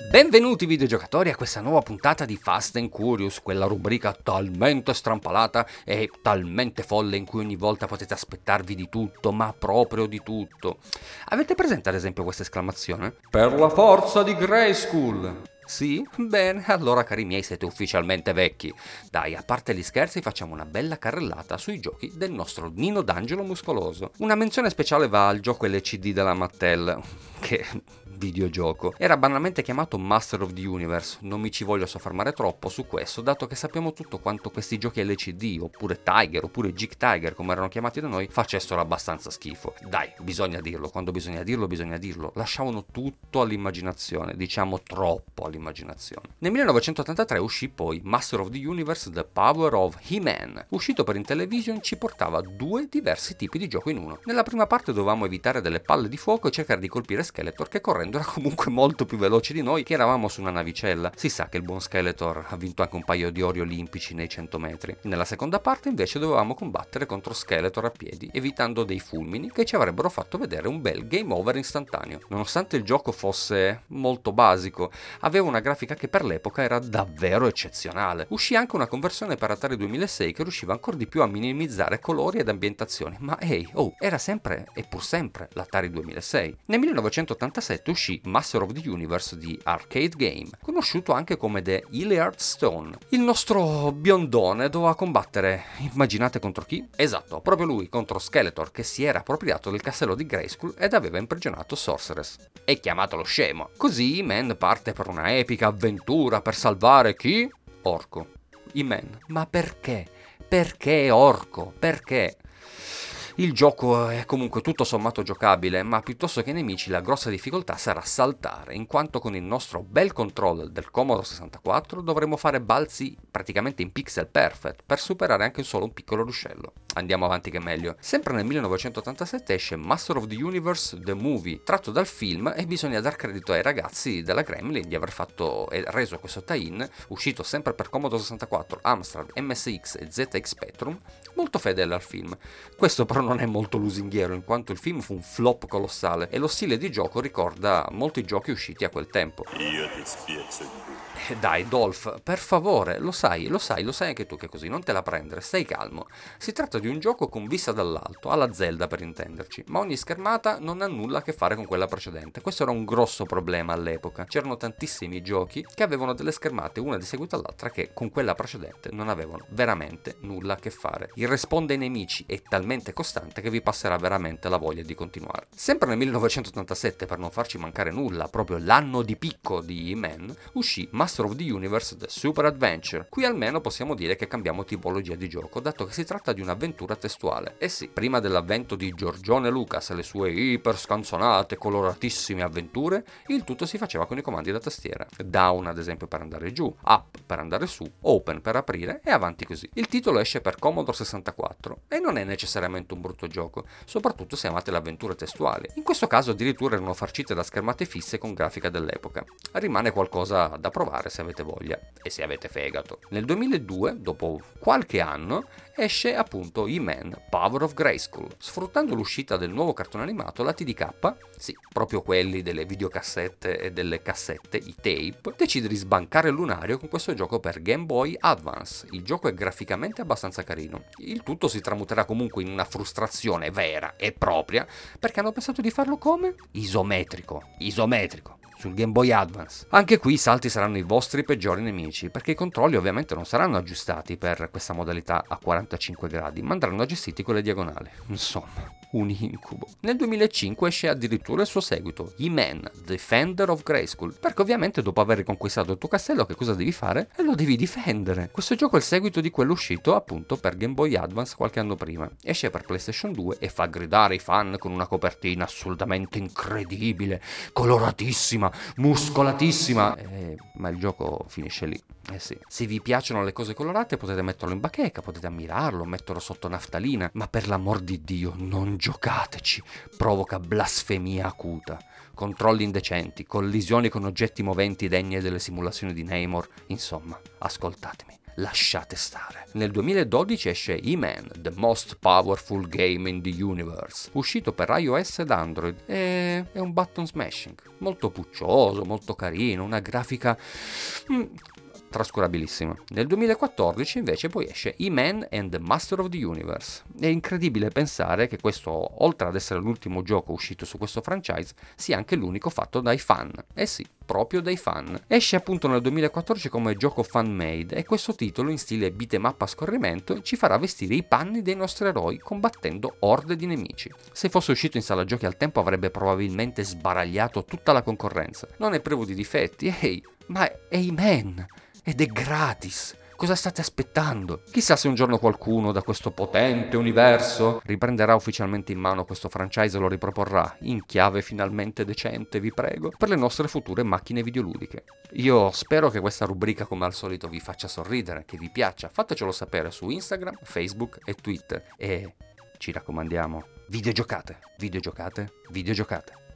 Benvenuti videogiocatori a questa nuova puntata di Fast and Curious, quella rubrica talmente strampalata e talmente folle in cui ogni volta potete aspettarvi di tutto, ma proprio di tutto. Avete presente ad esempio questa esclamazione? Per la forza di Grayskull! Sì? Bene, allora cari miei siete ufficialmente vecchi. Dai, a parte gli scherzi facciamo una bella carrellata sui giochi del nostro Nino D'Angelo muscoloso. Una menzione speciale va al gioco LCD della Mattel, che videogioco. Era banalmente chiamato Master of the Universe, non mi ci voglio soffermare troppo su questo, dato che sappiamo tutto quanto questi giochi LCD, oppure Tiger, oppure Jig Tiger, come erano chiamati da noi, facessero abbastanza schifo. Dai, bisogna dirlo, quando bisogna dirlo, lasciavano tutto all'immaginazione, diciamo troppo all'immaginazione. Nel 1983 uscì poi Master of the Universe The Power of He-Man. Uscito per Intellivision ci portava due diversi tipi di gioco in uno. Nella prima parte dovevamo evitare delle palle di fuoco e cercare di colpire Skeletor, che correndo era comunque molto più veloce di noi, che eravamo su una navicella. Si sa che il buon Skeletor ha vinto anche un paio di ori olimpici nei 100 metri. Nella seconda parte invece dovevamo combattere contro Skeletor a piedi, evitando dei fulmini che ci avrebbero fatto vedere un bel game over istantaneo. Nonostante il gioco fosse molto basico, aveva una grafica che per l'epoca era davvero eccezionale. Uscì anche una conversione per Atari 2006 che riusciva ancora di più a minimizzare colori ed ambientazioni, ma era sempre e pur sempre l'Atari 2006. Nel 1987 uscì Master of the Universe di Arcade Game, conosciuto anche come The Hilliard Stone. Il nostro biondone doveva combattere, immaginate contro chi? Esatto, proprio lui, contro Skeletor, che si era appropriato del castello di Grayskull ed aveva imprigionato Sorceress. E chiamatelo scemo. Così Man parte per una epica avventura per salvare chi? Orko. Man. Ma perché? Perché Orko? Perché? Il gioco è comunque tutto sommato giocabile, ma piuttosto che i nemici la grossa difficoltà sarà saltare, in quanto con il nostro bel controller del Commodore 64 dovremo fare balzi praticamente in pixel perfect per superare anche solo un piccolo ruscello. Andiamo avanti che è meglio. Sempre nel 1987 esce Master of the Universe The Movie, tratto dal film, e bisogna dar credito ai ragazzi della Gremlin di aver fatto e reso questo tie-in, uscito sempre per Commodore 64, Amstrad, MSX e ZX Spectrum, molto fedele al film. Questo però non è molto lusinghiero, in quanto il film fu un flop colossale e lo stile di gioco ricorda molti giochi usciti a quel tempo. Io ti spiazzo. Dai Dolph, per favore, lo sai anche tu che così, non te la prendere, stai calmo. Si tratta di un gioco con vista dall'alto, alla Zelda per intenderci, ma ogni schermata non ha nulla a che fare con quella precedente. Questo era un grosso problema all'epoca. C'erano tantissimi giochi che avevano delle schermate una di seguito all'altra che con quella precedente non avevano veramente nulla a che fare. Il respawn dei nemici è talmente costante che vi passerà veramente la voglia di continuare. Sempre nel 1987, per non farci mancare nulla, proprio l'anno di picco di He-Man, uscì Master of the Universe The Super Adventure. Qui almeno possiamo dire che cambiamo tipologia di gioco, dato che si tratta di un'avventura testuale. E sì, prima dell'avvento di Giorgione Lucas e le sue iper scanzonate, coloratissime avventure, il tutto si faceva con i comandi da tastiera. Down ad esempio per andare giù, up per andare su, open per aprire e avanti così. Il titolo esce per Commodore 64 e non è necessariamente un brutto gioco, soprattutto se amate le avventure testuali. In questo caso addirittura erano farcite da schermate fisse con grafica dell'epoca. Rimane qualcosa da provare se avete voglia e se avete fegato. Nel 2002, dopo qualche anno, esce appunto He-Man Power of Grayskull. Sfruttando l'uscita del nuovo cartone animato, la TDK, sì, proprio quelli delle videocassette e delle cassette, i tape, decide di sbancare il lunario con questo gioco per Game Boy Advance. Il gioco è graficamente abbastanza carino. Il tutto si tramuterà comunque in una frustrazione vera e propria, perché hanno pensato di farlo come? Isometrico. Sul Game Boy Advance. Anche qui i salti saranno i vostri peggiori nemici, perché i controlli ovviamente non saranno aggiustati per questa modalità a 45 gradi, ma andranno gestiti con le diagonali. Insomma, un incubo. Nel 2005 esce addirittura il suo seguito, He-Man Defender of Grayskull, perché ovviamente dopo aver riconquistato il tuo castello che cosa devi fare? E lo devi difendere. Questo gioco è il seguito di quello uscito appunto per Game Boy Advance qualche anno prima. Esce per PlayStation 2 e fa gridare i fan con una copertina assolutamente incredibile, coloratissima, muscolatissima, ma il gioco finisce lì. Eh sì, se vi piacciono le cose colorate potete metterlo in bacheca, potete ammirarlo, metterlo sotto naftalina, ma per l'amor di Dio non giocateci, provoca blasfemia acuta, controlli indecenti, collisioni con oggetti moventi degne delle simulazioni di Namor, insomma, ascoltatemi. lasciate stare. Nel 2012 esce E-Man, The Most Powerful Game in the Universe, uscito per iOS ed Android, e è un button smashing, molto puccioso, molto carino, una grafica trascurabilissima. Nel 2014 invece poi esce E-Man and the Master of the Universe. È incredibile pensare che questo, oltre ad essere l'ultimo gioco uscito su questo franchise, sia anche l'unico fatto dai fan. Eh sì, proprio dai fan. Esce appunto nel 2014 come gioco fan-made e questo titolo in stile beat'em up a scorrimento ci farà vestire i panni dei nostri eroi combattendo orde di nemici. Se fosse uscito in sala giochi al tempo avrebbe probabilmente sbaragliato tutta la concorrenza. Non è privo di difetti, ehi, ma è E-Man! Ed è gratis! Cosa state aspettando? Chissà se un giorno qualcuno da questo potente universo riprenderà ufficialmente in mano questo franchise e lo riproporrà, in chiave finalmente decente, vi prego, per le nostre future macchine videoludiche. Io spero che questa rubrica come al solito vi faccia sorridere, che vi piaccia, fatecelo sapere su Instagram, Facebook e Twitter. E ci raccomandiamo, videogiocate, videogiocate, videogiocate.